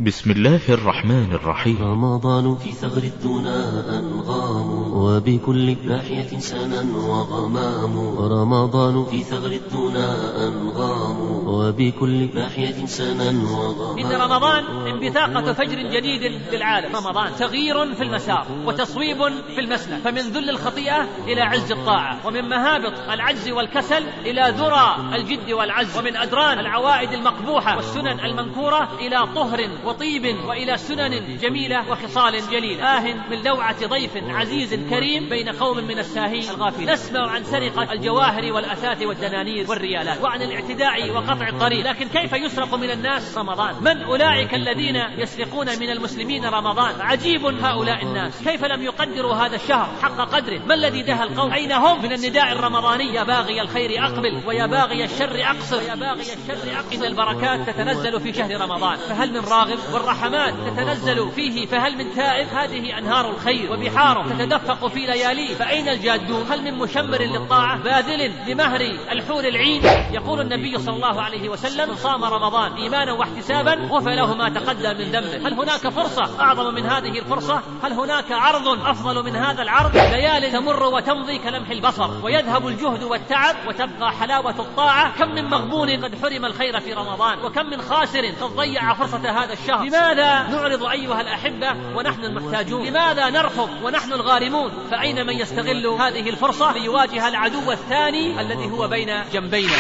بسم الله الرحمن الرحيم. رمضان في ثغر الدنا أنغام، وبكل ناحية سنا وغمام. رمضان في ثغر الدنا أنغام، وبكل ناحية سنا وغمام. إن رمضان انبثاقة فجر جديد للعالم. رمضان تغيير في المسار وتصويب في المسلك، فمن ذل الخطيئة إلى عز الطاعة، ومن مهابط العجز والكسل إلى ذرى الجد والعز، ومن أدران العوائد المقبوحة والسنن المنكورة إلى طهر وطيب وإلى سنن جميلة وخصال جليلة. من لوعة ضيف عزيز كريم بين قوم من الساهين الغافلين. نسمع عن سرقة الجواهر والأثاث والدنانير والريالات، وعن الاعتداء وقطع الطريق، لكن كيف يسرق من الناس رمضان؟ من أولئك الذين يسرقون من المسلمين رمضان؟ عجيب هؤلاء الناس، كيف لم يقدروا هذا الشهر حق قدره؟ ما الذي دهى القوم؟ أين هم من النداء الرمضاني؟ يا باغي الخير أقبل ويا باغي الشر أقصر، يا باغي الشر أقصر. إن البركات تتنزل في شهر رمضان، فهل من راغب؟ والرحمات تتنزل فيه، فهل من تائب؟ هذه أنهار الخير وبحاره تتدفق في لياليه، فأين الجادون؟ هل من مشمر للطاعة باذل لمهر الحور العين؟ يقول النبي صلى الله عليه وسلم: من صام رمضان إيمانا واحتسابا غفر له ما تقدم من ذنبه. هل هناك فرصة أعظم من هذه الفرصة؟ هل هناك عرض أفضل من هذا العرض؟ ليال تمر وتمضي كلمح البصر، ويذهب الجهد والتعب وتبقى حلاوة الطاعة. كم من مغبون قد حرم الخير في رمضان، وكم من خاسر قد ضيع فرصة هذا الشهر. لماذا نعرض أيها الأحبة ونحن المحتاجون؟ لماذا نرفض ونحن الغارمون؟ فأين من يستغل هذه الفرصة ليواجه العدو الثاني الذي هو بين جنبينا؟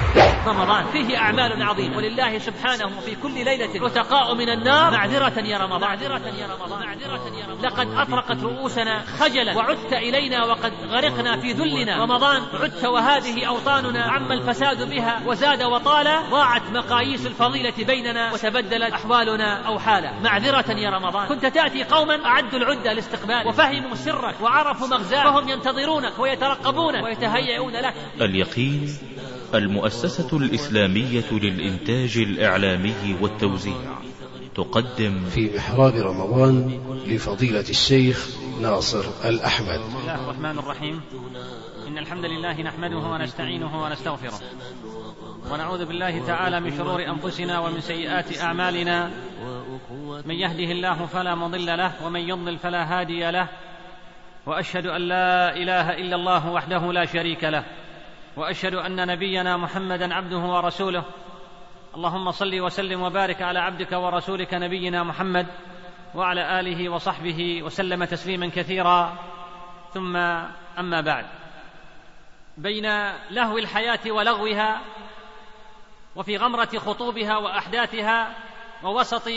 رمضان فيه أعمال عظيمة، ولله سبحانه في كل ليلة عتقاء من النار. معذرة يا رمضان، معذرة يا رمضان، معذرة يا رمضان. لقد أطرقت رؤوسنا خجلا، وعدت إلينا وقد غرقنا في ذلنا. رمضان عدت وهذه أوطاننا عم الفساد بها وزاد وطال، ضاعت مقاييس الفضيلة بيننا وتبدلت أحوالنا أو حالا. معذرة يا رمضان. كنت تأتي قوما أعدوا العدة لاستقبال وفهموا سرك وعرفوا مغزاك، فهم ينتظرونك ويترقبونك ويتهيئون لك. اليقين، المؤسسة الإسلامية للإنتاج الإعلامي والتوزيع، تقدم في محراب رمضان لفضيلة الشيخ ناصر الأحمد. بسم الله الرحمن الرحيم. إن الحمد لله نحمده ونستعينه ونستغفره، ونعوذ بالله تعالى من شرور أنفسنا ومن سيئات أعمالنا. من يهده الله فلا مضل له، ومن يضلل فلا هادي له. وأشهد أن لا إله إلا الله وحده لا شريك له، وأشهد أن نبينا محمدا عبده ورسوله. اللهم صل وسلم وبارك على عبدك ورسولك نبينا محمد وعلى آله وصحبه وسلم تسليما كثيرا. ثم أما بعد، بين لهو الحياة ولغوها، وفي غمرة خطوبها وأحداثها، ووسط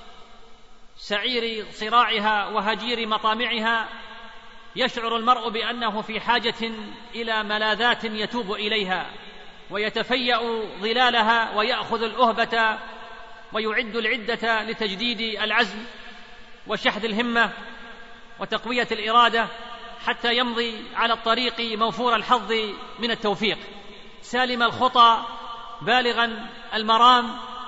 سعير صراعها وهجير مطامعها، يشعر المرء بأنه في حاجة إلى ملاذات يتوب إليها ويتفيأ ظلالها، ويأخذ الأهبة ويعد العدة لتجديد العزم وشحذ الهمة وتقوية الإرادة، حتى يمضي على الطريق موفور الحظ من التوفيق، سالم الخطى بالغا المرام.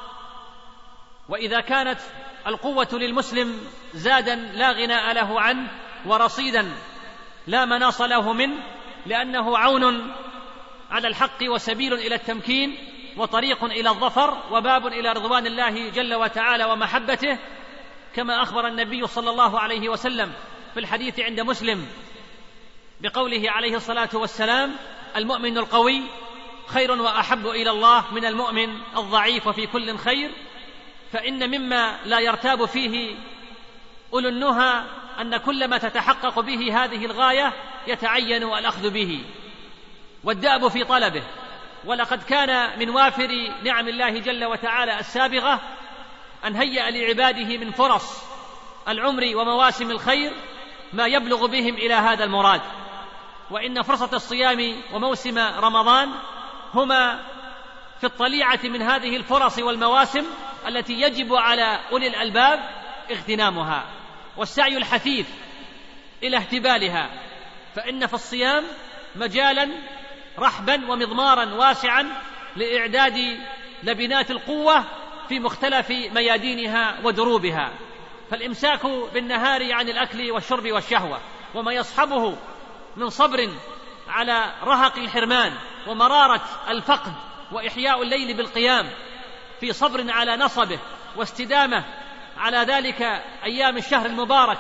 وإذا كانت القوة للمسلم زادا لا غناء له عنه، ورصيدا لا مناص له منه، لأنه عون على الحق وسبيل إلى التمكين وطريق إلى الظفر وباب إلى رضوان الله جل وتعالى ومحبته، كما أخبر النبي صلى الله عليه وسلم في الحديث عند مسلم بقوله عليه الصلاة والسلام: المؤمن القوي خير وأحب إلى الله من المؤمن الضعيف، وفي كل خير. فإن مما لا يرتاب فيه أولو النهى أن كلما تتحقق به هذه الغاية يتعين الأخذ به والدأب في طلبه. ولقد كان من وافر نعم الله جل وتعالى السابغة أن هيأ لعباده من فرص العمر ومواسم الخير ما يبلغ بهم إلى هذا المراد. وإن فرصة الصيام وموسم رمضان هما في الطليعة من هذه الفرص والمواسم التي يجب على أولي الألباب اغتنامها والسعي الحثيث إلى اهتبالها، فإن في الصيام مجالا رحبا ومضمارا واسعا لإعداد لبنات القوة في مختلف ميادينها ودروبها. فالإمساك بالنهار عن الأكل والشرب والشهوة، وما يصحبه من صبر على رهق الحرمان ومرارة الفقد، وإحياء الليل بالقيام في صبر على نصبه واستدامة على ذلك أيام الشهر المبارك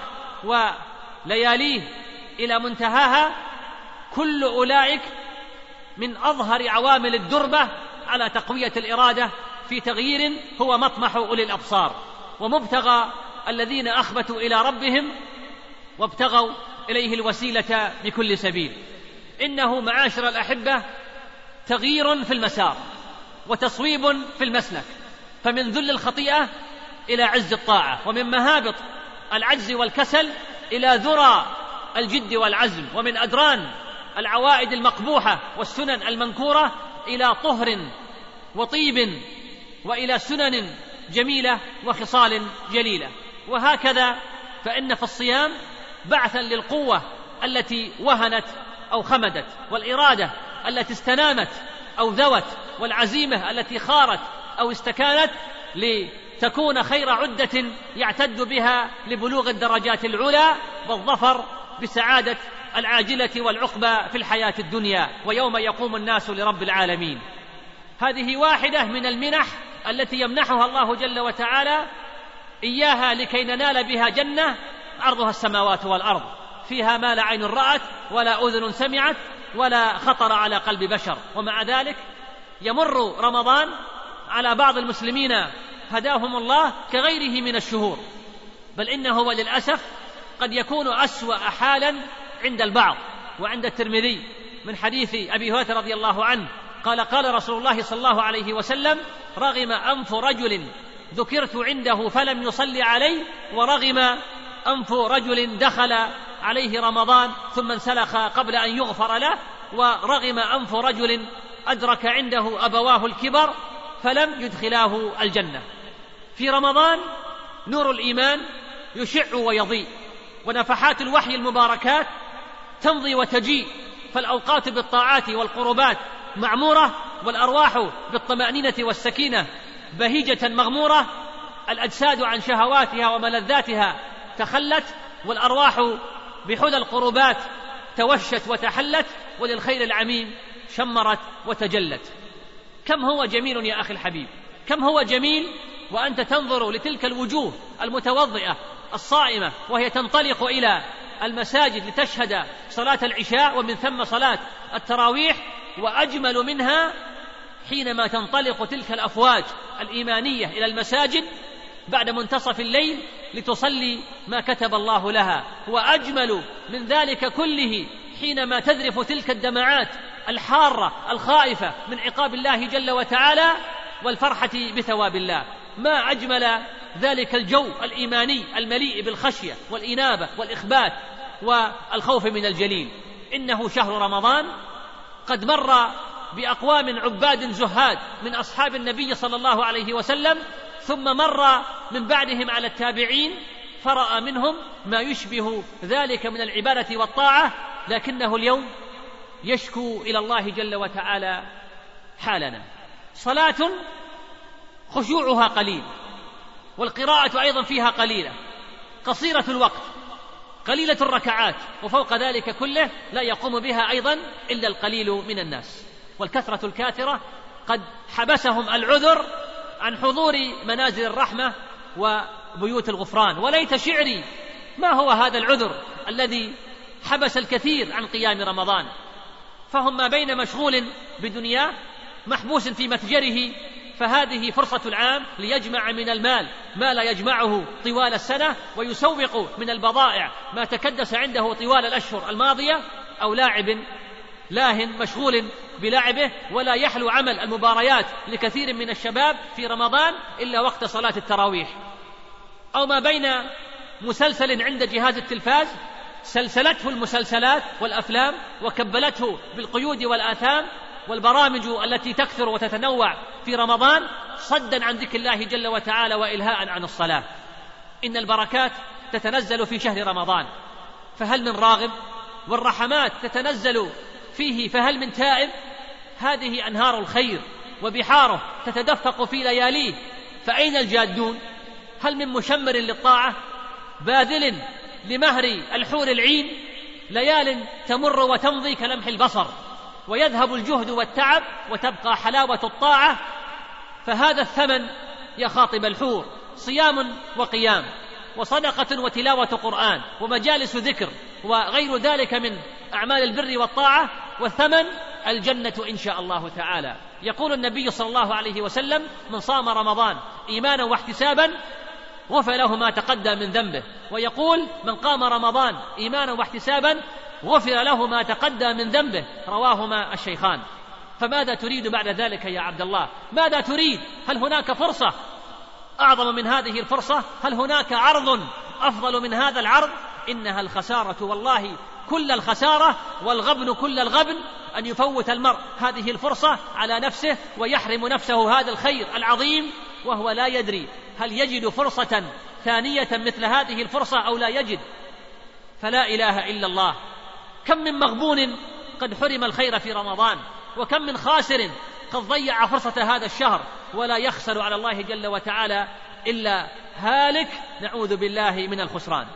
ولياليه إلى منتهاها، كل أولئك من أظهر عوامل الدربة على تقوية الإرادة في تغيير هو مطمح أولي الأبصار ومبتغى الذين أخبتوا إلى ربهم وابتغوا إليه الوسيلة بكل سبيل. إنه معاشر الأحبة تغيير في المسار وتصويب في المسلك، فمن ذل الخطيئة إلى عز الطاعة، ومن مهابط العجز والكسل إلى ذرى الجد والعزم، ومن أدران العوائد المقبوحة والسنن المنكورة إلى طهر وطيب وإلى سنن جميلة وخصال جليلة. وهكذا فإن في الصيام بعثا للقوة التي وهنت أو خمدت، والإرادة التي استنامت أو ذوت، والعزيمة التي خارت أو استكانت، لتكون خير عدة يعتد بها لبلوغ الدرجات العلى والظفر بسعادة العاجلة والعقبى في الحياة الدنيا ويوم يقوم الناس لرب العالمين. هذه واحدة من المنح التي يمنحها الله جل وتعالى إياها لكي ننال بها جنة عرضها السماوات والأرض، فيها ما لا عين رأت ولا أذن سمعت ولا خطر على قلب بشر. ومع ذلك يمر رمضان على بعض المسلمين هداهم الله كغيره من الشهور، بل إنه وللأسف قد يكون أسوأ حالا عند البعض. وعند الترمذي من حديث أبي هريرة رضي الله عنه قال قال رسول الله صلى الله عليه وسلم: رغم أنف رجل ذكرت عنده فلم يصلي علي، ورغم أنف رجل دخل عليه رمضان ثم انسلخ قبل أن يغفر له، ورغم أنف رجل أدرك عنده أبواه الكبر فلم يدخلاه الجنة. في رمضان نور الإيمان يشع ويضيء، ونفحات الوحي المباركات تمضي وتجيء، فالأوقات بالطاعات والقربات معمورة، والأرواح بالطمأنينة والسكينة بهيجة مغمورة، الأجساد عن شهواتها وملذاتها تخلت، والأرواح بحلى القربات توشت وتحلت، وللخير العميم شمرت وتجلت. كم هو جميل يا أخي الحبيب، كم هو جميل وأنت تنظر لتلك الوجوه المتوضئة الصائمة وهي تنطلق إلى المساجد لتشهد صلاة العشاء ومن ثم صلاة التراويح، وأجمل منها حينما تنطلق تلك الأفواج الإيمانية إلى المساجد بعد منتصف الليل لتصلي ما كتب الله لها، وأجمل من ذلك كله حينما تذرف تلك الدمعات الحارة الخائفة من عقاب الله جل وتعالى والفرحة بثواب الله. ما أجمل ذلك الجو الإيماني المليء بالخشية والإنابة والإخبات والخوف من الجليل. إنه شهر رمضان قد مر بأقوام عباد زهاد من أصحاب النبي صلى الله عليه وسلم، ثم مر من بعدهم على التابعين فرأى منهم ما يشبه ذلك من العبادة والطاعة، لكنه اليوم يشكو إلى الله جل وتعالى حالنا. صلاة خشوعها قليل، والقراءة أيضا فيها قليلة، قصيرة الوقت، قليلة الركعات، وفوق ذلك كله لا يقوم بها أيضا إلا القليل من الناس. والكثرة الكاثرة قد حبسهم العذر عن حضور منازل الرحمة وبيوت الغفران. وليت شعري ما هو هذا العذر الذي حبس الكثير عن قيام رمضان، فهم ما بين مشغول بدنياه محبوس في متجره، فهذه فرصة العام ليجمع من المال ما لا يجمعه طوال السنة، ويسوق من البضائع ما تكدس عنده طوال الأشهر الماضية، أو لاعب لاهن مشغول بلعبه ولا يحلو عمل المباريات لكثير من الشباب في رمضان إلا وقت صلاة التراويح، أو ما بين مسلسل عند جهاز التلفاز سلسلته المسلسلات والأفلام وكبلته بالقيود والآثام والبرامج التي تكثر وتتنوع في رمضان صدا عن ذكر الله جل وتعالى وإلهاء عن الصلاة. إن البركات تتنزل في شهر رمضان، فهل من راغب؟ والرحمات تتنزل فيه، فهل من تائب؟ هذه أنهار الخير وبحاره تتدفق في لياليه، فأين الجادون؟ هل من مشمر للطاعة باذل لمهر الحور العين؟ ليال تمر وتمضي كلمح البصر، ويذهب الجهد والتعب وتبقى حلاوة الطاعة، فهذا الثمن يا خاطب الحور، صيام وقيام وصدقة وتلاوة قرآن ومجالس ذكر وغير ذلك من أعمال البر والطاعة، والثمن الجنة إن شاء الله تعالى. يقول النبي صلى الله عليه وسلم: من صام رمضان إيمانا واحتسابا غفر له ما تقدم من ذنبه. ويقول: من قام رمضان إيمانا واحتسابا غفر له ما تقدم من ذنبه، رواهما الشيخان. فماذا تريد بعد ذلك يا عبد الله؟ ماذا تريد؟ هل هناك فرصة أعظم من هذه الفرصة؟ هل هناك عرض أفضل من هذا العرض؟ إنها الخسارة والله كل الخسارة والغبن كل الغبن أن يفوت المرء هذه الفرصة على نفسه ويحرم نفسه هذا الخير العظيم وهو لا يدري هل يجد فرصة ثانية مثل هذه الفرصة أو لا يجد. فلا إله إلا الله. كم من مغبون قد حرم الخير في رمضان، وكم من خاسر قد ضيع فرصة هذا الشهر، ولا يخسر على الله جل وتعالى إلا هالك، نعوذ بالله من الخسران.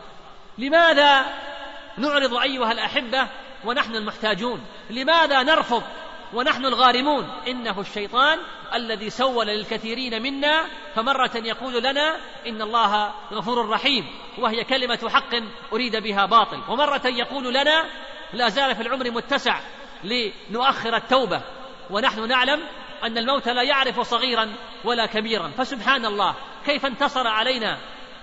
لماذا نعرض أيها الأحبة ونحن المحتاجون؟ لماذا نرفض ونحن الغارمون؟ إنه الشيطان الذي سول للكثيرين منا، فمرة يقول لنا إن الله غفور رحيم وهي كلمة حق أريد بها باطل، ومرة يقول لنا لا زال في العمر متسع لنؤخر التوبة، ونحن نعلم أن الموت لا يعرف صغيرا ولا كبيرا. فسبحان الله كيف انتصر علينا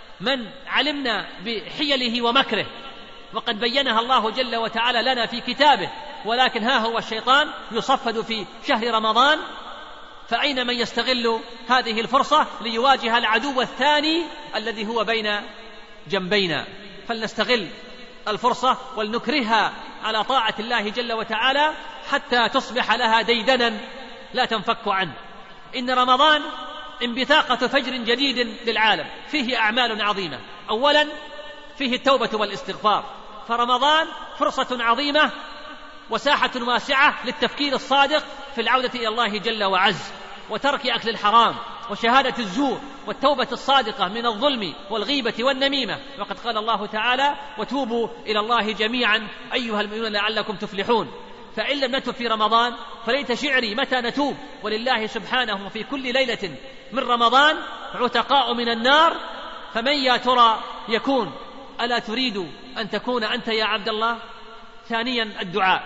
من علمنا بحيله ومكره، وقد بينها الله جل وتعالى لنا في كتابه، ولكن ها هو الشيطان يصفد في شهر رمضان. فأين من يستغل هذه الفرصة ليواجه العدو الثاني الذي هو بين جنبينا؟ فلنستغل الفرصة ولنكرهها على طاعة الله جل وتعالى حتى تصبح لها ديدنا لا تنفك عنه. إن رمضان انبثاقة فجر جديد للعالم، فيه أعمال عظيمة. أولا فيه التوبة والاستغفار، فرمضان فرصة عظيمة وساحة واسعة للتفكير الصادق في العودة إلى الله جل وعز، وترك أكل الحرام وشهادة الزور، والتوبة الصادقة من الظلم والغيبة والنميمة. وقد قال الله تعالى: وتوبوا إلى الله جميعا أيها المؤمنون لعلكم تفلحون. فإن لم نتب في رمضان فليت شعري متى نتوب، ولله سبحانه في كل ليلة من رمضان عتقاء من النار، فمن يا ترى يكون؟ ألا تريد أن تكون أنت يا عبد الله؟ ثانيا الدعاء.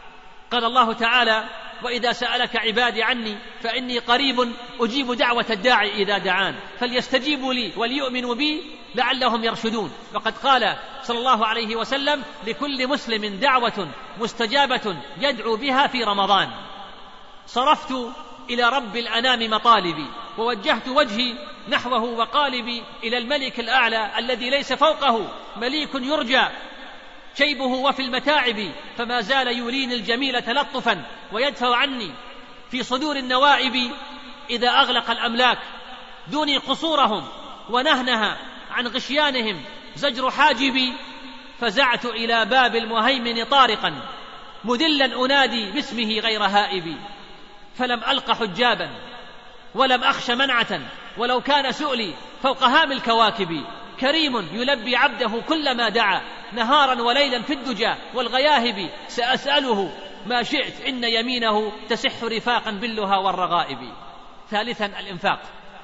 قال الله تعالى: وإذا سألك عبادي عني فإني قريب أجيب دعوة الداعي إذا دعان فليستجيبوا لي وليؤمنوا بي لعلهم يرشدون. وقد قال صلى الله عليه وسلم: لكل مسلم دعوة مستجابة يدعو بها في رمضان. صرفت إلى رب الأنام مطالبي ووجهت وجهي نحوه وقالبي إلى الملك الأعلى الذي ليس فوقه مليك يرجى شيبه وفي المتاعب، فما زال يوليني الجميل تلطفا ويدفع عني في صدور النوائب. إذا أغلق الأملاك دوني قصورهم ونهنها عن غشيانهم زجر حاجبي، فزعت إلى باب المهيمن طارقا مدلا أنادي باسمه غير هائبي، فلم ألق حجابا ولم أخش منعة ولو كان سؤلي فوق هام الكواكب. كريم يلبي عبده كلما دعا نهارا وليلا في الدجى والغياهب، سأسأله ما شئت إن يمينه تسح رفاقا باللها والرغائب. ثالثا الإنفاق.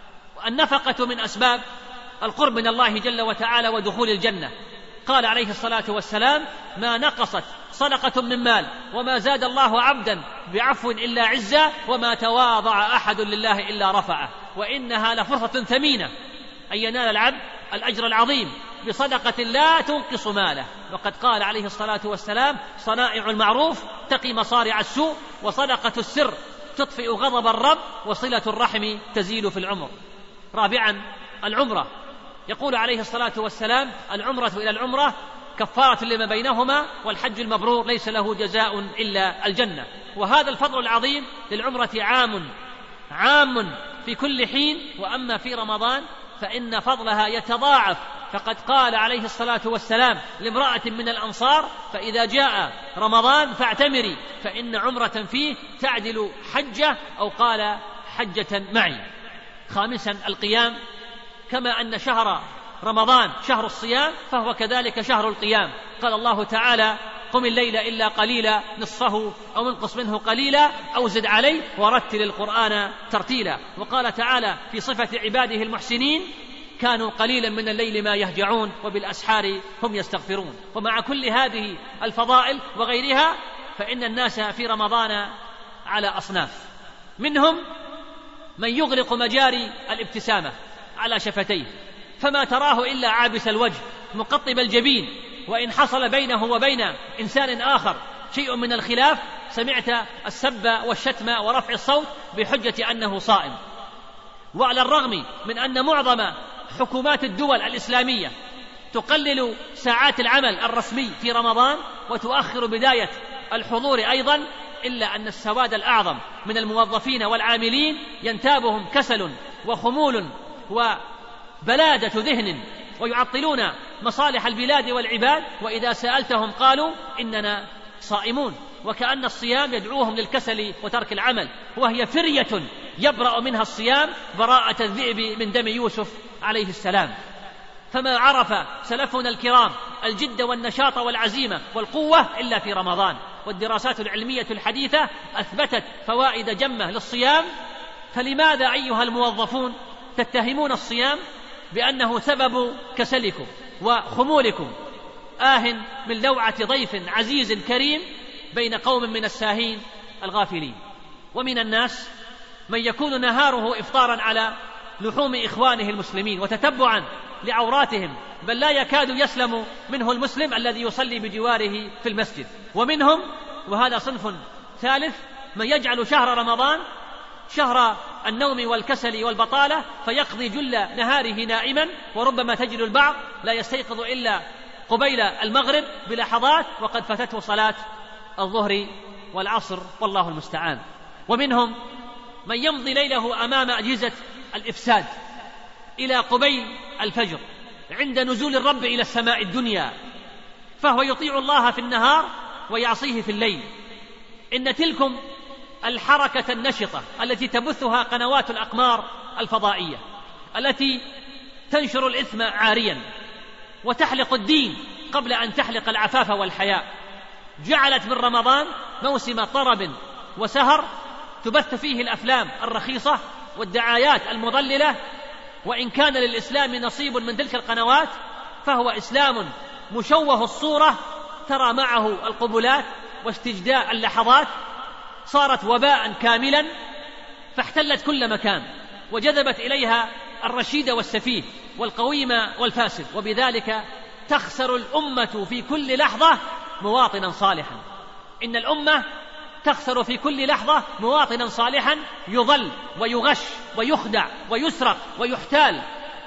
النفقة من أسباب القرب من الله جل وتعالى ودخول الجنة. قال عليه الصلاة والسلام: ما نقصت صدقة من مال وما زاد الله عبدا بعفو إلا عزا وما تواضع أحد لله إلا رفعه. وإنها لفرصة ثمينة أن ينال العبد الأجر العظيم بصدقة لا تنقص ماله. وقد قال عليه الصلاة والسلام: صنائع المعروف تقي مصارع السوء، وصدقة السر تطفئ غضب الرب، وصلة الرحم تزيل في العمر. رابعا العمرة. يقول عليه الصلاة والسلام: العمرة إلى العمرة كفارة لما بينهما، والحج المبرور ليس له جزاء إلا الجنة. وهذا الفضل العظيم للعمرة عام في كل حين، وأما في رمضان فإن فضلها يتضاعف. فقد قال عليه الصلاة والسلام لامرأة من الأنصار: فإذا جاء رمضان فاعتمري فإن عمرة فيه تعدل حجة، أو قال حجة معي. خامسا القيام. كما أن شهر رمضان شهر الصيام فهو كذلك شهر القيام. قال الله تعالى: قم الليل إلا قليلا نصفه أو انقص منه قليلا أو زد عليه ورتل القرآن ترتيلا. وقال تعالى في صفة عباده المحسنين: كانوا قليلا من الليل ما يهجعون وبالأسحار هم يستغفرون. ومع كل هذه الفضائل وغيرها فإن الناس في رمضان على أصناف، منهم من يغلق مجاري الابتسامة على شفتيه فما تراه إلا عابس الوجه مقطب الجبين، وإن حصل بينه وبين إنسان آخر شيء من الخلاف سمعت السب والشتم ورفع الصوت بحجة أنه صائم. وعلى الرغم من أن معظم حكومات الدول الإسلامية تقلل ساعات العمل الرسمي في رمضان وتؤخر بداية الحضور أيضا، إلا أن السواد الأعظم من الموظفين والعاملين ينتابهم كسل وخمول وبلادة ذهن ويعطلون مصالح البلاد والعباد، وإذا سألتهم قالوا إننا صائمون، وكأن الصيام يدعوهم للكسل وترك العمل، وهي فرية يبرأ منها الصيام براءة الذئب من دم يوسف عليه السلام. فما عرف سلفنا الكرام الجد والنشاط والعزيمة والقوة إلا في رمضان، والدراسات العلمية الحديثة أثبتت فوائد جمة للصيام. فلماذا أيها الموظفون تتهمون الصيام بأنه سبب كسلكم وخمولكم؟ من لوعة ضيف عزيز كريم بين قوم من الساهين الغافلين. ومن الناس من يكون نهاره إفطارا على لحوم إخوانه المسلمين وتتبعا لعوراتهم، بل لا يكاد يسلم منه المسلم الذي يصلي بجواره في المسجد. ومنهم، وهذا صنف ثالث، من يجعل شهر رمضان شهر النوم والكسل والبطالة، فيقضي جل نهاره نائما، وربما تجد البعض لا يستيقظ إلا قبيل المغرب بلحظات وقد فاتته صلاة الظهر والعصر، والله المستعان. ومنهم من يمضي ليله أمام أجهزة الإفساد إلى قبيل الفجر عند نزول الرب إلى السماء الدنيا، فهو يطيع الله في النهار ويعصيه في الليل. إن تلكم الحركة النشطة التي تبثها قنوات الأقمار الفضائية التي تنشر الإثم عاريا وتحلق الدين قبل أن تحلق العفاف والحياء، جعلت من رمضان موسم طرب وسهر تبث فيه الأفلام الرخيصة والدعايات المضللة. وإن كان للإسلام نصيب من تلك القنوات فهو إسلام مشوه الصورة، ترى معه القبلات واستجداء اللحظات، صارت وباء كاملا فاحتلت كل مكان وجذبت إليها الرشيد والسفيه والقويم والفاسد، وبذلك تخسر الأمة في كل لحظة مواطنا صالحا. إن الأمة تخسر في كل لحظة مواطنا صالحا يضل ويغش ويخدع ويسرق ويحتال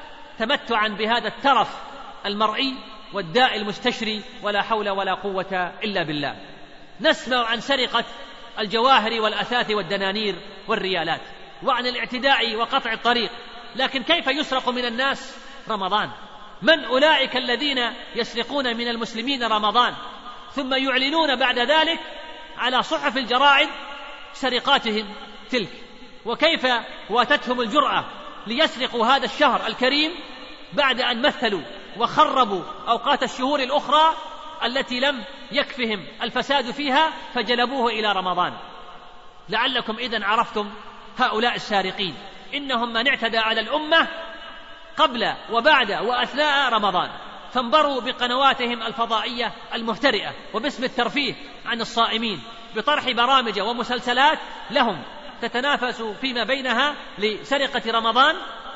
تمتعا بهذا الترف المرئي والداء المستشري، ولا حول ولا قوة إلا بالله. نسمع عن سرقة الجواهر والأثاث والدنانير والريالات، وعن الاعتداء وقطع الطريق، لكن كيف يسرق من الناس رمضان؟ من أولئك الذين يسرقون من المسلمين رمضان ثم يعلنون بعد ذلك على صحف الجرائد سرقاتهم تلك؟ وكيف واتتهم الجرأة ليسرقوا هذا الشهر الكريم بعد أن مثلوا وخربوا أوقات الشهور الأخرى التي لم يكفهم الفساد فيها فجلبوه إلى رمضان؟ لعلكم إذن عرفتم هؤلاء السارقين، إنهم من اعتدى على الأمة قبل وبعد وأثناء رمضان، فانبروا بقنواتهم الفضائية المهترئة وباسم الترفيه عن الصائمين بطرح برامج ومسلسلات لهم تتنافس فيما بينها لسرقة رمضان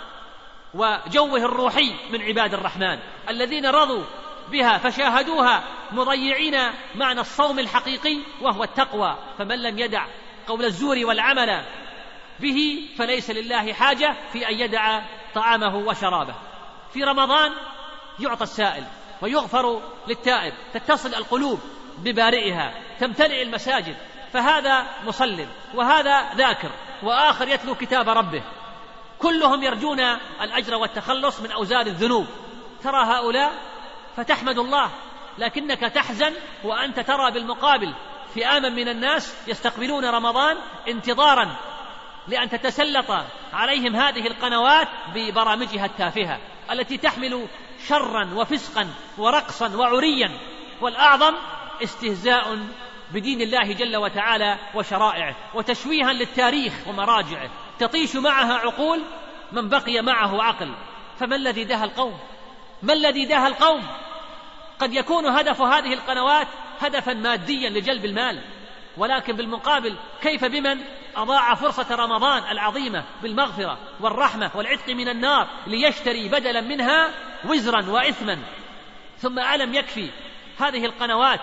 وجوه الروحي من عباد الرحمن الذين رضوا بها فشاهدوها مضيعين معنى الصوم الحقيقي وهو التقوى. فمن لم يدع قول الزور والعمل به فليس لله حاجة في أن يدع طعامه وشرابه. في رمضان يعطى السائل ويغفر للتائب، تتصل القلوب ببارئها، تمتلئ المساجد، فهذا مصل وهذا ذاكر وآخر يتلو كتاب ربه، كلهم يرجون الأجر والتخلص من أوزار الذنوب. ترى هؤلاء فتحمد الله، لكنك تحزن وأنت ترى بالمقابل فئاما من الناس يستقبلون رمضان انتظارا لأن تتسلط عليهم هذه القنوات ببرامجها التافهة التي تحمل شرا وفسقا ورقصا وعريا، والأعظم استهزاء بدين الله جل وتعالى وشرائعه، وتشويها للتاريخ ومراجعه، تطيش معها عقول من بقي معه عقل. فما الذي دهى القوم؟ ما الذي دهى القوم؟ قد يكون هدف هذه القنوات هدفا ماديا لجلب المال، ولكن بالمقابل كيف بمن أضاع فرصة رمضان العظيمة بالمغفرة والرحمة والعتق من النار ليشتري بدلا منها وزرا وإثما؟ ثم ألم يكفي هذه القنوات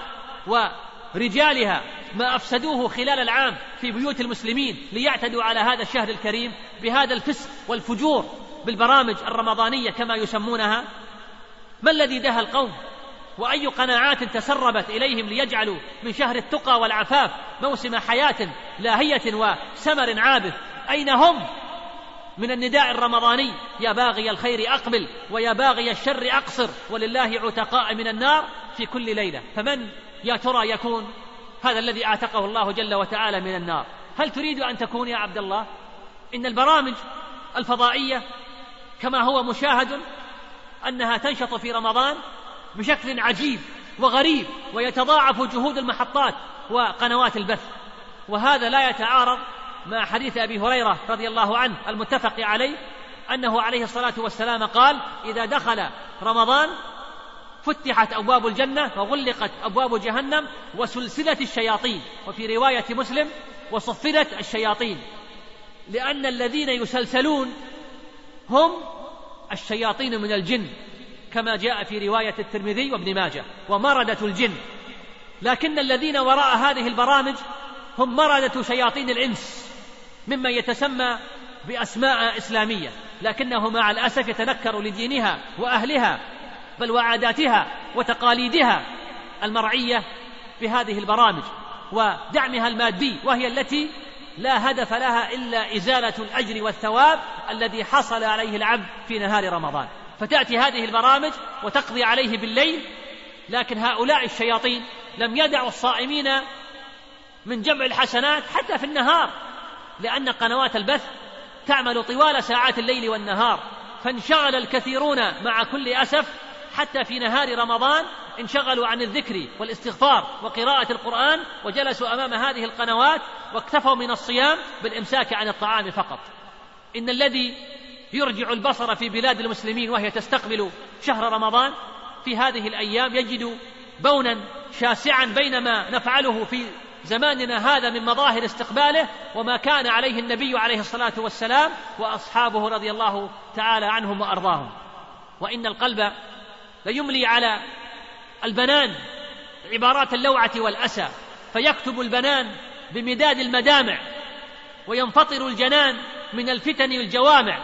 ورجالها ما أفسدوه خلال العام في بيوت المسلمين ليعتدوا على هذا الشهر الكريم بهذا الفسق والفجور بالبرامج الرمضانية كما يسمونها؟ ما الذي دهى القوم؟ وأي قناعات تسربت إليهم ليجعلوا من شهر التقى والعفاف موسم حياة لاهية وسمر عابث؟ أين هم من النداء الرمضاني يا باغي الخير أقبل ويا باغي الشر أقصر ولله عتقاء من النار في كل ليلة؟ فمن يا ترى يكون هذا الذي أعتقه الله جل وتعالى من النار؟ هل تريد أن تكون يا عبد الله؟ إن البرامج الفضائية كما هو مشاهد أنها تنشط في رمضان بشكل عجيب وغريب، ويتضاعف جهود المحطات وقنوات البث، وهذا لا يتعارض مع حديث أبي هريرة رضي الله عنه المتفق عليه أنه عليه الصلاة والسلام قال: إذا دخل رمضان فتحت أبواب الجنة وغلقت أبواب جهنم وسلسلة الشياطين، وفي رواية مسلم وصفدت الشياطين، لأن الذين يسلسلون هم الشياطين من الجن كما جاء في رواية الترمذي وابن ماجه، ومردة الجن. لكن الذين وراء هذه البرامج هم مردة شياطين الإنس ممن يتسمى بأسماء إسلامية، لكنه مع الأسف يتنكر لدينها وأهلها بل وعاداتها وتقاليدها المرعية بهذه البرامج ودعمها المادي، وهي التي لا هدف لها إلا إزالة الأجر والثواب الذي حصل عليه العبد في نهار رمضان. فتأتي هذه البرامج وتقضي عليه بالليل، لكن هؤلاء الشياطين لم يدعوا الصائمين من جمع الحسنات حتى في النهار، لأن قنوات البث تعمل طوال ساعات الليل والنهار، فانشغل الكثيرون مع كل أسف حتى في نهار رمضان انشغلوا عن الذكر والاستغفار وقراءة القرآن، وجلسوا أمام هذه القنوات واكتفوا من الصيام بالإمساك عن الطعام فقط. إن الذي يرجع البصر في بلاد المسلمين وهي تستقبل شهر رمضان في هذه الأيام يجد بونا شاسعا بين ما نفعله في زماننا هذا من مظاهر استقباله وما كان عليه النبي عليه الصلاة والسلام وأصحابه رضي الله تعالى عنهم وأرضاهم. وإن القلب ليملي على البنان عبارات اللوعة والأسى، فيكتب البنان بمداد المدامع وينفطر الجنان من الفتن والجوامع.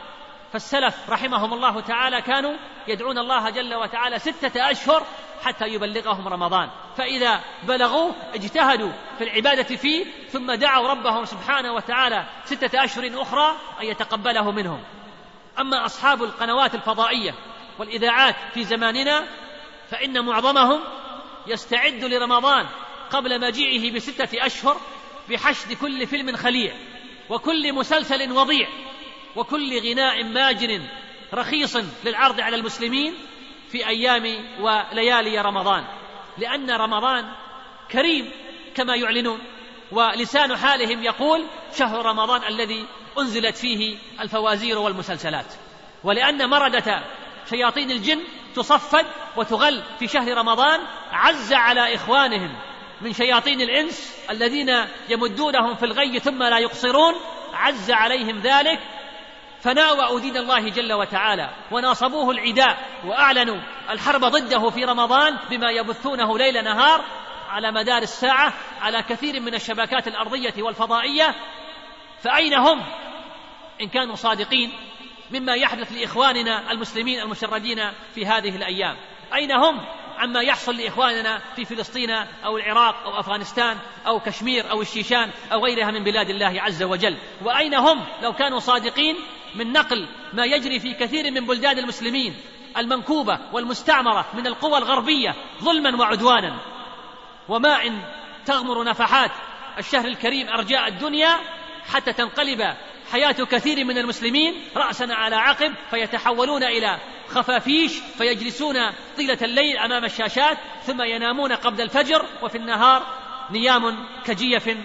فالسلف رحمهم الله تعالى كانوا يدعون الله جل وتعالى 6 أشهر حتى يبلغهم رمضان، فإذا بلغوه اجتهدوا في العبادة فيه، ثم دعوا ربهم سبحانه وتعالى 6 أشهر أخرى أن يتقبله منهم. أما أصحاب القنوات الفضائية والإذاعات في زماننا فإن معظمهم يستعد لرمضان قبل مجيئه ب6 أشهر بحشد كل فيلم خليع وكل مسلسل وضيع وكل غناء ماجن رخيص للعرض على المسلمين في أيام وليالي رمضان، لأن رمضان كريم كما يعلنون، ولسان حالهم يقول شهر رمضان الذي أنزلت فيه الفوازير والمسلسلات. ولأن مردة شياطين الجن تصفد وتغل في شهر رمضان، عز على إخوانهم من شياطين الإنس الذين يمدونهم في الغي ثم لا يقصرون، عز عليهم ذلك فناوأوا دين الله جل وتعالى وناصبوه العداء وأعلنوا الحرب ضده في رمضان بما يبثونه ليل نهار على مدار الساعة على كثير من الشبكات الأرضية والفضائية. فأين هم إن كانوا صادقين مما يحدث لإخواننا المسلمين المشردين في هذه الأيام؟ أين هم عما يحصل لإخواننا في فلسطين أو العراق أو أفغانستان أو كشمير أو الشيشان أو غيرها من بلاد الله عز وجل؟ وأين هم لو كانوا صادقين من نقل ما يجري في كثير من بلدان المسلمين المنكوبة والمستعمرة من القوى الغربية ظلما وعدوانا؟ وما إن تغمر نفحات الشهر الكريم أرجاء الدنيا حتى تنقلب حياة كثير من المسلمين رأسا على عقب، فيتحولون إلى خفافيش فيجلسون طيلة الليل أمام الشاشات ثم ينامون قبل الفجر، وفي النهار نيام كجيف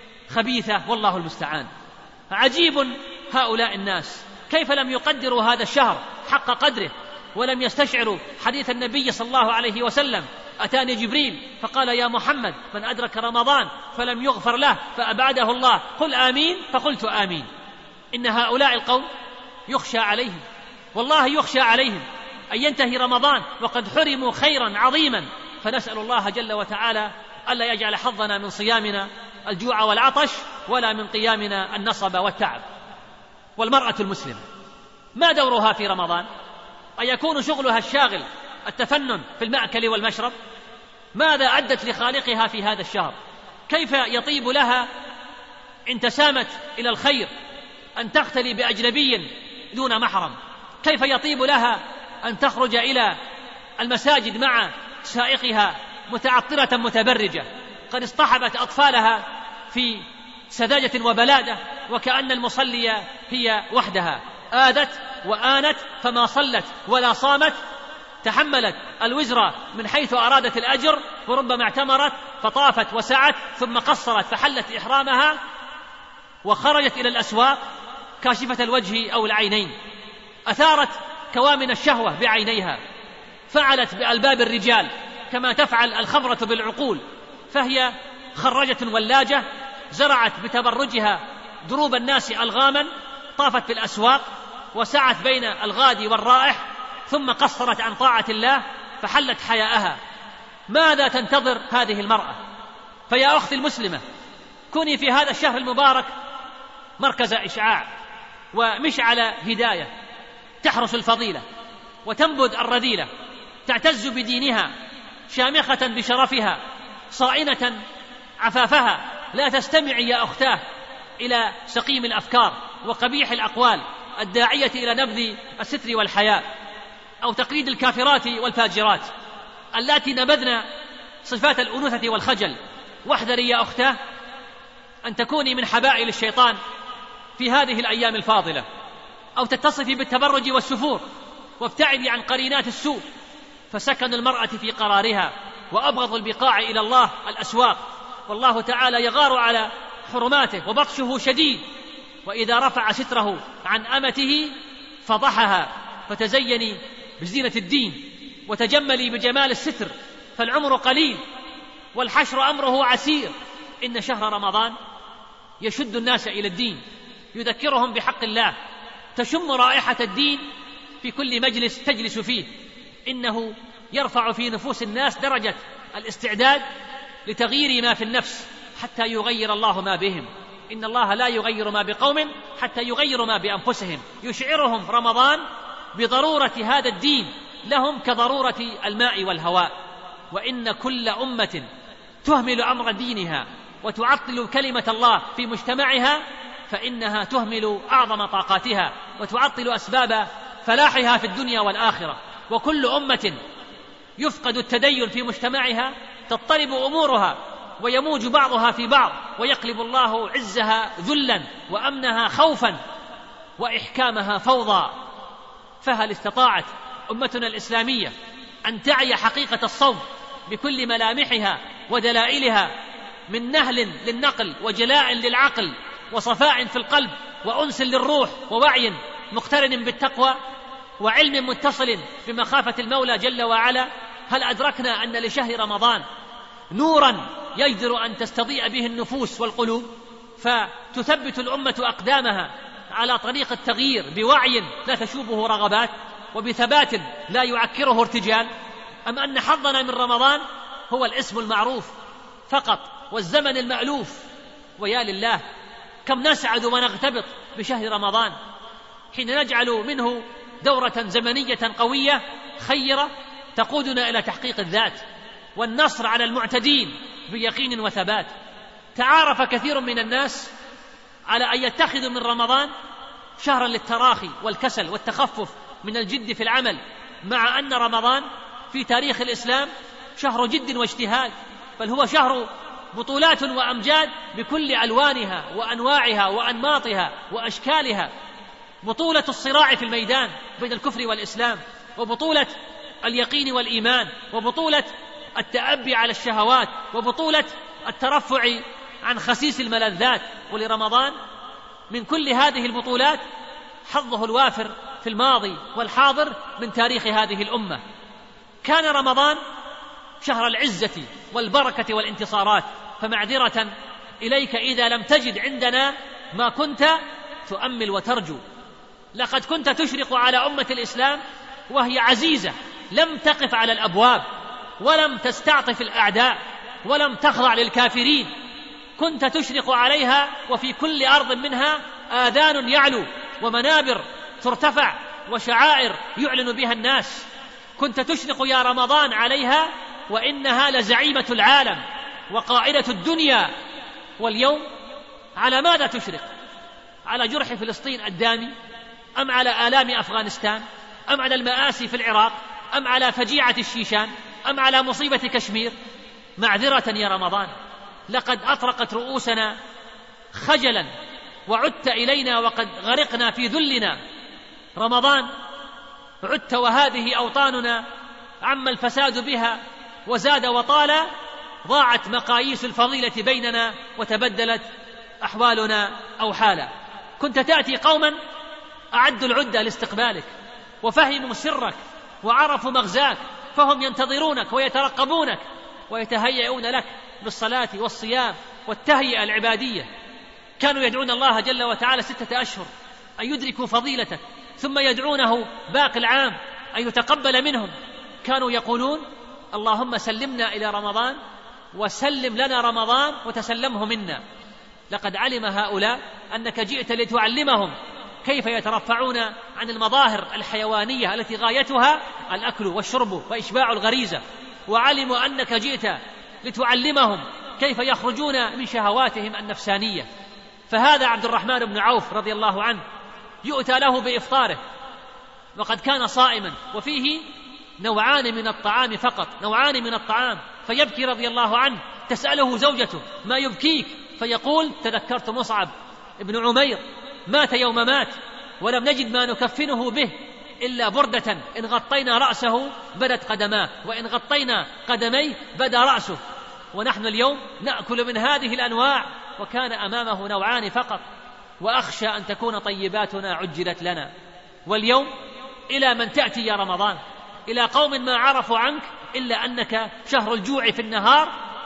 خبيثة والله المستعان. عجيب هؤلاء الناس كيف لم يقدروا هذا الشهر حق قدره ولم يستشعروا حديث النبي صلى الله عليه وسلم: أتاني جبريل فقال: يا محمد، من أدرك رمضان فلم يغفر له فأبعده الله، قل آمين، فقلت آمين. إن هؤلاء القوم يخشى عليهم، والله يخشى عليهم أن ينتهي رمضان وقد حرموا خيرا عظيما. فنسأل الله جل وتعالى ألا يجعل حظنا من صيامنا الجوع والعطش، ولا من قيامنا النصب والتعب. والمرأة المسلمة ما دورها في رمضان؟ أيكون شغلها الشاغل التفنن في المأكل والمشرب؟ ماذا أدت لخالقها في هذا الشهر؟ كيف يطيب لها إن تسامت إلى الخير أن تختلي بأجنبي دون محرم؟ كيف يطيب لها أن تخرج إلى المساجد مع سائقها متعطرة متبرجة قد اصطحبت أطفالها في سذاجة وبلادة، وكأن المصلية هي وحدها؟ آذت وآنت فما صلت ولا صامت، تحملت الوزر من حيث أرادت الأجر، وربما اعتمرت فطافت وسعت ثم قصرت فحلت إحرامها وخرجت إلى الأسواق كاشفة الوجه أو العينين، أثارت كوامن الشهوة بعينيها، فعلت بألباب الرجال كما تفعل الخمرة بالعقول، فهي خرجة ولاجة، زرعت بتبرجها دروب الناس ألغاما، طافت في الأسواق وسعت بين الغادي والرائح، ثم قصرت عن طاعة الله فحلت حياءها. ماذا تنتظر هذه المرأة؟ فيا أختي المسلمة، كوني في هذا الشهر المبارك مركز إشعاع ومشعل هداية، تحرس الفضيلة وتنبذ الرذيلة، تعتز بدينها، شامخة بشرفها، صائنة عفافها، لا تستمعي يا أختاه إلى سقيم الأفكار وقبيح الأقوال الداعية إلى نبذ الستر والحياء، أو تقليد الكافرات والفاجرات اللاتي نبذن صفات الأنوثة والخجل. واحذري يا أختاه أن تكوني من حبائل الشيطان في هذه الأيام الفاضلة، أو تتصفي بالتبرج والسفور، وابتعدي عن قرينات السوء، فسكن المرأة في قرارها، وأبغض البقاع إلى الله الأسواق، والله تعالى يغار على حرماته وبطشه شديد. وإذا رفع ستره عن أمته فضحها، فتزيني بزينة الدين وتجملي بجمال الستر، فالعمر قليل والحشر أمره عسير. إن شهر رمضان يشد الناس إلى الدين، يذكرهم بحق الله، تشم رائحة الدين في كل مجلس تجلس فيه. إنه يرفع في نفوس الناس درجة الاستعداد لتغيير ما في النفس حتى يغير الله ما بهم. إن الله لا يغير ما بقوم حتى يغيروا ما بأنفسهم. يشعرهم رمضان بضرورة هذا الدين لهم كضرورة الماء والهواء. وإن كل أمة تهمل أمر دينها وتعطل كلمة الله في مجتمعها فإنها تهمل أعظم طاقاتها وتعطل أسباب فلاحها في الدنيا والآخرة. وكل أمة يفقد التدين في مجتمعها تضطرب أمورها ويموج بعضها في بعض، ويقلب الله عزها ذلا وأمنها خوفا وإحكامها فوضى. فهل استطاعت أمتنا الإسلامية أن تعي حقيقة الصوم بكل ملامحها ودلائلها من نهل للنقل وجلاء للعقل وصفاء في القلب وأنس للروح ووعي مقترن بالتقوى وعلم متصل بمخافة المولى جل وعلا؟ هل أدركنا أن لشهر رمضان نورا يجدر أن تستضيء به النفوس والقلوب فتثبت الأمة أقدامها على طريق التغيير بوعي لا تشوبه رغبات وبثبات لا يعكره ارتجال؟ أم أن حظنا من رمضان هو الاسم المعروف فقط والزمن المألوف؟ ويا لله كم نسعد ونغتبط بشهر رمضان حين نجعل منه دورة زمنية قوية خيرة تقودنا إلى تحقيق الذات والنصر على المعتدين بيقين وثبات. تعارف كثير من الناس على أن يتخذوا من رمضان شهرا للتراخي والكسل والتخفف من الجد في العمل، مع أن رمضان في تاريخ الإسلام شهر جد واجتهاد، بل هو شهر بطولات وأمجاد بكل ألوانها وأنواعها وأنماطها وأشكالها. بطولة الصراع في الميدان بين الكفر والإسلام، وبطولة اليقين والإيمان، وبطولة التأبي على الشهوات، وبطولة الترفع عن خسيس الملذات. ولرمضان من كل هذه البطولات حظه الوافر في الماضي والحاضر من تاريخ هذه الأمة. كان رمضان شهر العزة والبركة والانتصارات، فمعذرة إليك إذا لم تجد عندنا ما كنت تؤمل وترجو. لقد كنت تشرق على أمة الإسلام وهي عزيزة، لم تقف على الأبواب ولم تستعطف الأعداء ولم تخضع للكافرين، كنت تشرق عليها وفي كل أرض منها آذان يعلو ومنابر ترتفع وشعائر يعلن بها الناس. كنت تشرق يا رمضان عليها وإنها لزعيمة العالم وقائدة الدنيا. واليوم على ماذا تشرق؟ على جرح فلسطين الدامي، أم على آلام أفغانستان، أم على المآسي في العراق، أم على فجيعة الشيشان، أم على مصيبة كشمير؟ معذرة يا رمضان، لقد أطرقت رؤوسنا خجلا وعدت إلينا وقد غرقنا في ذلنا. رمضان عدت وهذه أوطاننا عم الفساد بها وزاد وطال، ضاعت مقاييس الفضيلة بيننا وتبدلت أحوالنا أو حالا. كنت تأتي قوما أعدوا العدة لاستقبالك وفهموا سرك وعرفوا مغزاك، فهم ينتظرونك ويترقبونك ويتهيئون لك بالصلاة والصيام والتهيئة العبادية. كانوا يدعون الله جل وتعالى 6 أشهر أن يدركوا فضيلتك، ثم يدعونه باقي العام أن يتقبل منهم. كانوا يقولون اللهم سلمنا إلى رمضان وسلم لنا رمضان وتسلمه منا. لقد علم هؤلاء أنك جئت لتعلمهم كيف يترفعون عن المظاهر الحيوانية التي غايتها الأكل والشرب وإشباع الغريزة، وعلموا أنك جئت لتعلمهم كيف يخرجون من شهواتهم النفسانية. فهذا عبد الرحمن بن عوف رضي الله عنه يؤتى له بإفطاره وقد كان صائما وفيه نوعان من الطعام فقط، نوعان من الطعام، فيبكي رضي الله عنه. تسأله زوجته ما يبكيك؟ فيقول تذكرت مصعب ابن عمير مات يوم مات ولم نجد ما نكفنه به إلا بردة إن غطينا رأسه بدت قدماه، وإن غطينا قدميه بدا رأسه. ونحن اليوم نأكل من هذه الأنواع وكان أمامه نوعان فقط، وأخشى أن تكون طيباتنا عجلت لنا. واليوم إلى من تأتي يا رمضان؟ إلى قوم ما عرفوا عنك إلا أنك شهر الجوع في النهار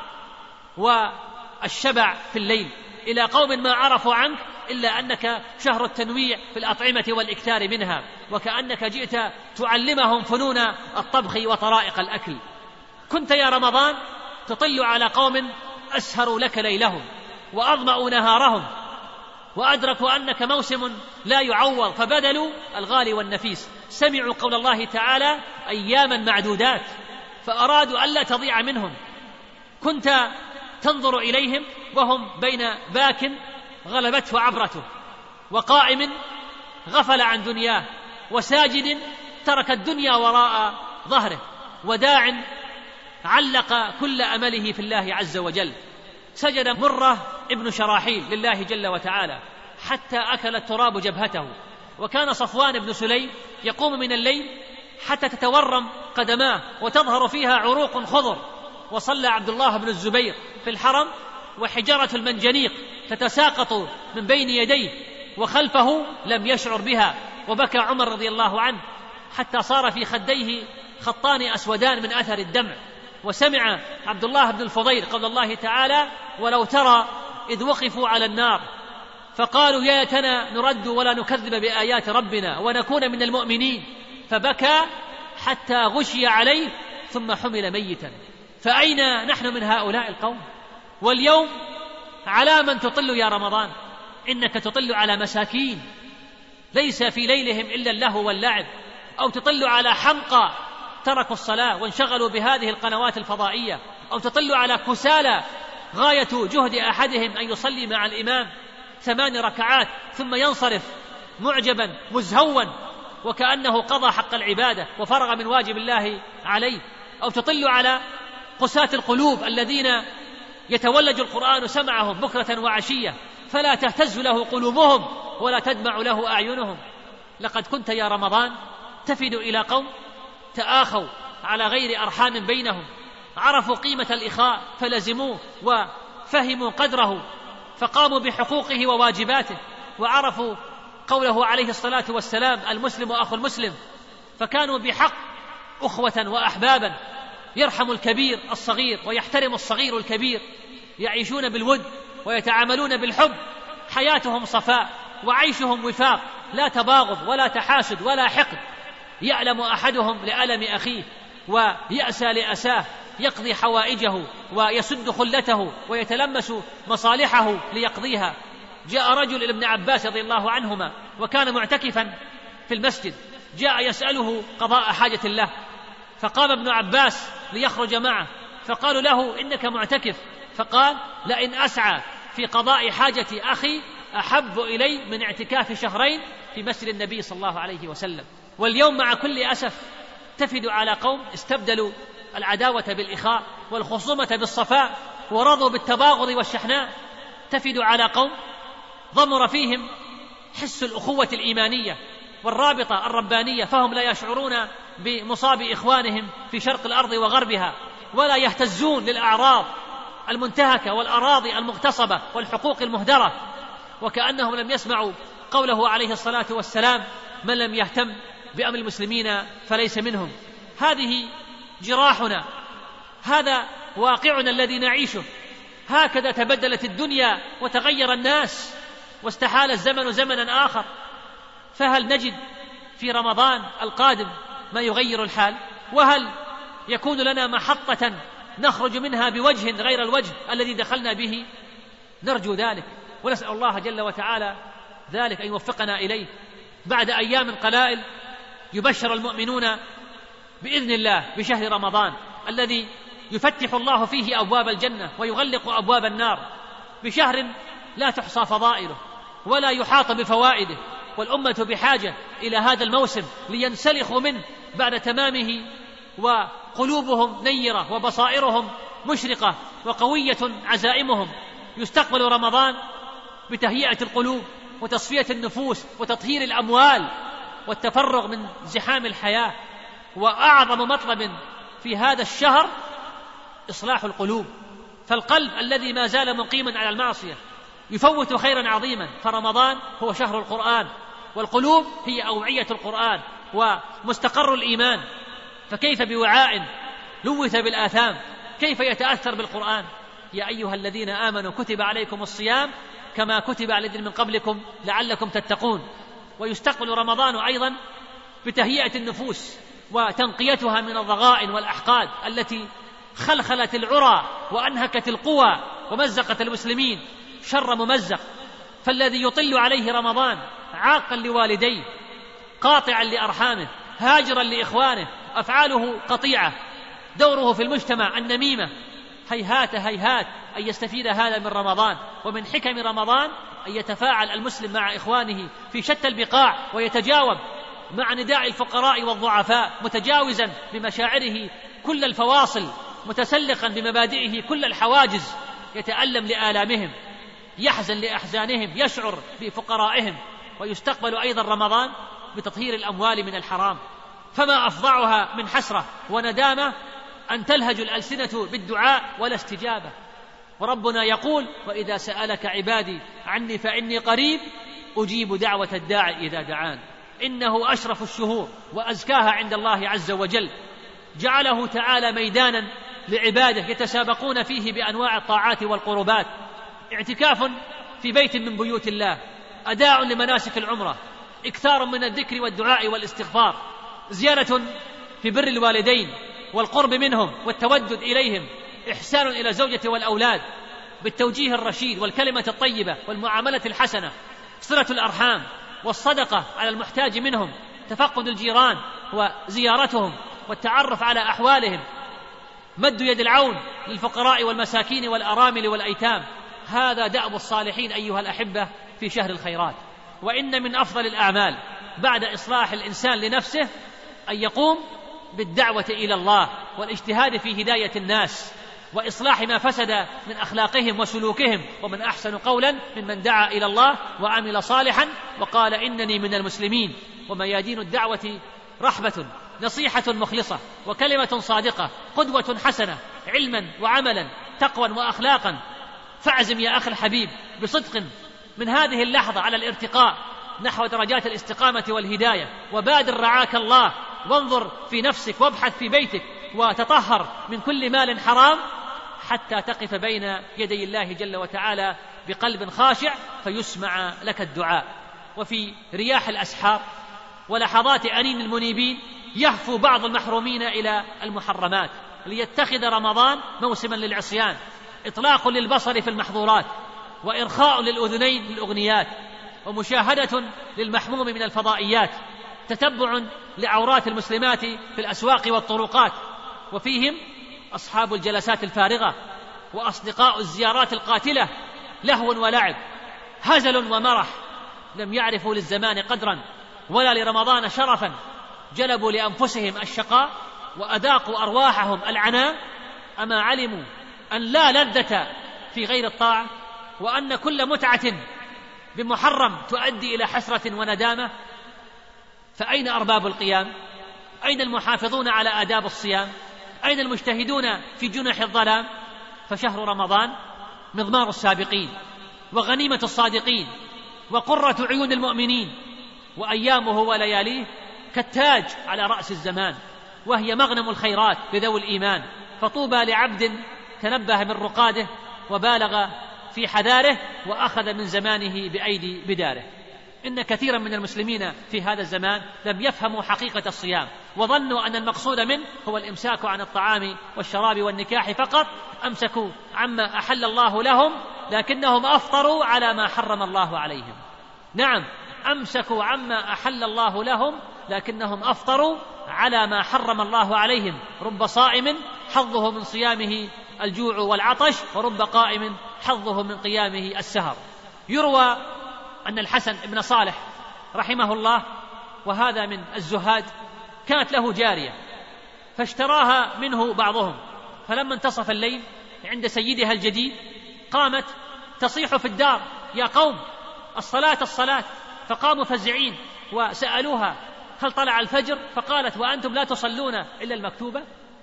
والشبع في الليل، إلى قوم ما عرفوا عنك إلا أنك شهر التنويع في الأطعمة والإكثار منها، وكأنك جئت تعلمهم فنون الطبخ وطرائق الأكل. كنت يا رمضان تطل على قوم أسهروا لك ليلهم وأظمأوا نهارهم، وأدركوا أنك موسم لا يعوض فبذلوا الغالي والنفيس. سمعوا قول الله تعالى أياما معدودات فأرادوا ألا تضيع منهم. كنت تنظر إليهم وهم بين باك غلبته عبرته، وقائم غفل عن دنياه، وساجد ترك الدنيا وراء ظهره، وداع علق كل أمله في الله عز وجل. سجد مرة ابن شراحيل لله جل وتعالى حتى أكل التراب جبهته. وكان صفوان بن سليم يقوم من الليل حتى تتورم قدماه وتظهر فيها عروق خضر. وصلى عبد الله بن الزبير في الحرم وحجرة المنجنيق تتساقط من بين يديه وخلفه لم يشعر بها. وبكى عمر رضي الله عنه حتى صار في خديه خطان أسودان من أثر الدمع. وسمع عبد الله بن الفضيل قول الله تعالى ولو ترى إذ وقفوا على النار فقالوا يا ليتنا نرد ولا نكذب بآيات ربنا ونكون من المؤمنين، فبكى حتى غشي عليه ثم حمل ميتا. فأين نحن من هؤلاء القوم؟ واليوم على من تطل يا رمضان؟ إنك تطل على مساكين ليس في ليلهم إلا اللهو واللعب، أو تطل على حمقى تركوا الصلاة وانشغلوا بهذه القنوات الفضائية، أو تطل على كسالى غاية جهد أحدهم أن يصلي مع الإمام 8 ركعات ثم ينصرف معجبا مزهوا وكأنه قضى حق العبادة وفرغ من واجب الله عليه. أو تطل على قساة القلوب الذين يتولج القرآن سمعهم بكرة وعشية فلا تهتز له قلوبهم ولا تدمع له أعينهم. لقد كنت يا رمضان تفد إلى قوم تآخوا على غير أرحام بينهم، عرفوا قيمة الإخاء فلزموه وفهموا قدره فقاموا بحقوقه وواجباته، وعرفوا قوله عليه الصلاة والسلام: المسلم أخو المسلم، فكانوا بحق أخوة وأحبابا، يرحم الكبير الصغير ويحترم الصغير الكبير، يعيشون بالود ويتعاملون بالحب، حياتهم صفاء وعيشهم وفاق، لا تباغض ولا تحاسد ولا حقد، يألم أحدهم لألم أخيه ويأسى لأساه، يقضي حوائجه ويسد خلته ويتلمس مصالحه ليقضيها. جاء رجل إلى ابن عباس رضي الله عنهما وكان معتكفا في المسجد، جاء يسأله قضاء حاجة له، فقام ابن عباس ليخرج معه، فقالوا له: إنك معتكف. فقال: لئن أسعى في قضاء حاجة أخي أحب إلي من اعتكاف شهرين في مسجد النبي صلى الله عليه وسلم. واليوم مع كل أسف تفد على قوم استبدلوا العداوة بالإخاء والخصومة بالصفاء ورضوا بالتباغض والشحناء، تفد على قوم ضمر فيهم حس الأخوة الإيمانية والرابطة الربانية، فهم لا يشعرون بمصاب إخوانهم في شرق الأرض وغربها، ولا يهتزون للأعراض المنتهكة والأراضي المغتصبة والحقوق المهدرة، وكأنهم لم يسمعوا قوله عليه الصلاة والسلام: من لم يهتم بأمر المسلمين فليس منهم. هذه جراحنا، هذا واقعنا الذي نعيشه، هكذا تبدلت الدنيا وتغير الناس واستحال الزمن زمنا آخر. فهل نجد في رمضان القادم ما يغير الحال؟ وهل يكون لنا محطة نخرج منها بوجه غير الوجه الذي دخلنا به؟ نرجو ذلك ونسأل الله جل وتعالى ذلك أن يوفقنا إليه. بعد أيام قلائل يبشر المؤمنون بإذن الله بشهر رمضان الذي يفتح الله فيه أبواب الجنة ويغلق أبواب النار، بشهر لا تحصى فضائله ولا يحاط بفوائده، والأمة بحاجة إلى هذا الموسم لينسلخوا منه بعد تمامه، وقلوبهم نيرة وبصائرهم مشرقة وقوية عزائمهم. يستقبل رمضان بتهيئة القلوب وتصفية النفوس وتطهير الأموال والتفرغ من زحام الحياة، وأعظم مطلب في هذا الشهر إصلاح القلوب، فالقلب الذي ما زال مقيما على المعصية يفوت خيرا عظيما. فرمضان هو شهر القرآن، والقلوب هي أوعية القرآن ومستقر الإيمان، فكيف بوعاء لوث بالآثام كيف يتأثر بالقرآن؟ يا أيها الذين آمنوا كتب عليكم الصيام كما كتب على الذين من قبلكم لعلكم تتقون. ويستقبل رمضان أيضا بتهيئة النفوس وتنقيتها من الضغائن والأحقاد التي خلخلت العرى وأنهكت القوى ومزقت المسلمين شر ممزق. فالذي يطل عليه رمضان عاقا لوالديه، قاطعا لأرحامه، هاجرا لإخوانه، أفعاله قطيعة، دوره في المجتمع النميمة، هيهات هيهات أن يستفيد هذا من رمضان. ومن حكم رمضان أن يتفاعل المسلم مع إخوانه في شتى البقاع ويتجاوب مع نداء الفقراء والضعفاء، متجاوزا بمشاعره كل الفواصل، متسلقا بمبادئه كل الحواجز، يتألم لآلامهم، يحزن لأحزانهم، يشعر بفقرائهم. ويستقبل أيضا رمضان بتطهير الأموال من الحرام، فما أفظعها من حسرة وندامة أن تلهج الألسنة بالدعاء ولا استجابة. وربنا يقول: وإذا سألك عبادي عني فإني قريب أجيب دعوة الداعي إذا دعان. إنه أشرف الشهور وأزكاها عند الله عز وجل، جعله تعالى ميدانا لعباده يتسابقون فيه بأنواع الطاعات والقربات. اعتكاف في بيت من بيوت الله، أداء لمناسك العمرة، إكثار من الذكر والدعاء والاستغفار، زيارة في بر الوالدين والقرب منهم والتودد إليهم، إحسان إلى الزوجة والأولاد بالتوجيه الرشيد والكلمة الطيبة والمعاملة الحسنة، صلة الأرحام والصدقة على المحتاج منهم، تفقد الجيران وزيارتهم والتعرف على أحوالهم، مد يد العون للفقراء والمساكين والأرامل والأيتام. هذا دأب الصالحين أيها الأحبة في شهر الخيرات. وإن من أفضل الأعمال بعد إصلاح الإنسان لنفسه أن يقوم بالدعوة إلى الله والاجتهاد في هداية الناس وإصلاح ما فسد من أخلاقهم وسلوكهم. ومن أحسن قولا ممن دعا إلى الله وعمل صالحا وقال إنني من المسلمين. وميادين الدعوة رحبة، نصيحة مخلصة، وكلمة صادقة، قدوة حسنة، علما وعملا، تقوى وأخلاقا. فاعزم يا أخي الحبيب بصدق من هذه اللحظة على الارتقاء نحو درجات الاستقامة والهداية، وبادر رعاك الله، وانظر في نفسك وابحث في بيتك وتطهر من كل مال حرام حتى تقف بين يدي الله جل وتعالى بقلب خاشع فيسمع لك الدعاء. وفي رياح الأسحار ولحظات أنين المنيبين يهفو بعض المحرومين إلى المحرمات ليتخذ رمضان موسما للعصيان، إطلاق للبصر في المحظورات، وإرخاء للأذنين للأغنيات، ومشاهدة للمحموم من الفضائيات، تتبع لعورات المسلمات في الأسواق والطرقات، وفيهم أصحاب الجلسات الفارغة وأصدقاء الزيارات القاتلة، لهو ولعب، هزل ومرح، لم يعرفوا للزمان قدرا ولا لرمضان شرفا، جلبوا لأنفسهم الشقاء وأذاقوا أرواحهم العناء. أما علموا أن لا لذة في غير الطاعة، وأن كل متعة بمحرم تؤدي إلى حسرة وندامة؟ فأين أرباب القيام؟ أين المحافظون على آداب الصيام؟ أين المجتهدون في جنح الظلام؟ فشهر رمضان مضمار السابقين وغنيمة الصادقين وقرة عيون المؤمنين، وأيامه ولياليه كالتاج على رأس الزمان، وهي مغنم الخيرات لذوي الإيمان. فطوبى لعبد تنبه من رقاده وبالغ في حذاره وأخذ من زمانه بأيدي بداره. إن كثيرا من المسلمين في هذا الزمان لم يفهموا حقيقة الصيام، وظنوا أن المقصود منه هو الإمساك عن الطعام والشراب والنكاح فقط. أمسكوا عما أحل الله لهم لكنهم أفطروا على ما حرم الله عليهم. نعم، أمسكوا عما أحل الله لهم لكنهم أفطروا على ما حرم الله عليهم. رب صائم حظه من صيامه الجوع والعطش، ورب قائم حظه من قيامه السهر. يروى أن الحسن بن صالح رحمه الله، وهذا من الزهاد، كانت له جارية فاشتراها منه بعضهم، فلما انتصف الليل عند سيدها الجديد قامت تصيح في الدار: يا قوم الصلاة الصلاة. فقاموا فزعين وسألوها: هل طلع الفجر؟ فقالت: وأنتم لا تصلون إلا المكتوبة.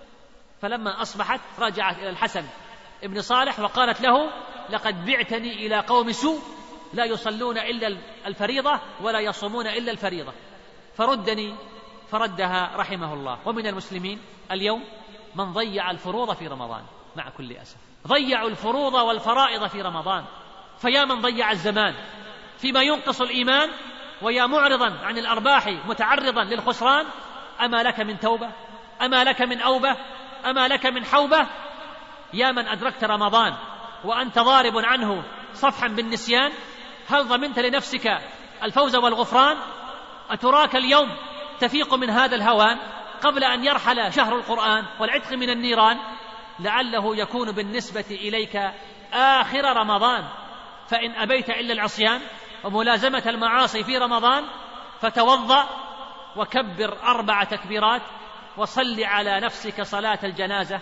فلما أصبحت رجعت إلى الحسن ابن صالح وقالت له: لقد بعتني إلى قوم سوء لا يصلون إلا الفريضة ولا يصومون إلا الفريضة، فردني. فردها رحمه الله. ومن المسلمين اليوم من ضيع الفروض في رمضان، مع كل أسف ضيعوا الفروض والفرائض في رمضان. فيا من ضيع الزمان فيما ينقص الإيمان، ويا معرضا عن الأرباح متعرضا للخسران، أما لك من توبة؟ أما لك من أوبة؟ أما لك من حوبة؟ يا من أدركت رمضان وأنت ضارب عنه صفحا بالنسيان، هل ضمنت لنفسك الفوز والغفران؟ أتراك اليوم تفيق من هذا الهوان قبل أن يرحل شهر القرآن والعتق من النيران؟ لعله يكون بالنسبة إليك آخر رمضان، فإن أبيت إلا العصيان وملازمة المعاصي في رمضان فتوضأ وكبر 4 تكبيرات وصل على نفسك صلاة الجنازة،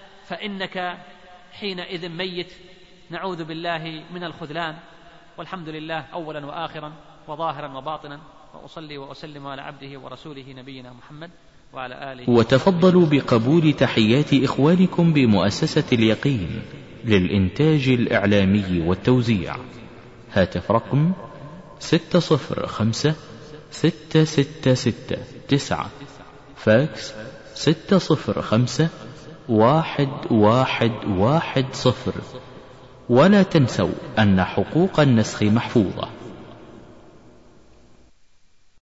فإنك حينئذ ميت. نعوذ بالله من الخذلان. والحمد لله أولا وآخرا وظاهرا وباطنا، وأصلي وأسلم على عبده ورسوله نبينا محمد وعلى آله. وتفضلوا بقبول تحيات إخوانكم بمؤسسة اليقين للإنتاج الإعلامي والتوزيع. هاتف رقم 605-666-9، فاكس 605-1110. ولا تنسوا أن حقوق النسخ محفوظة.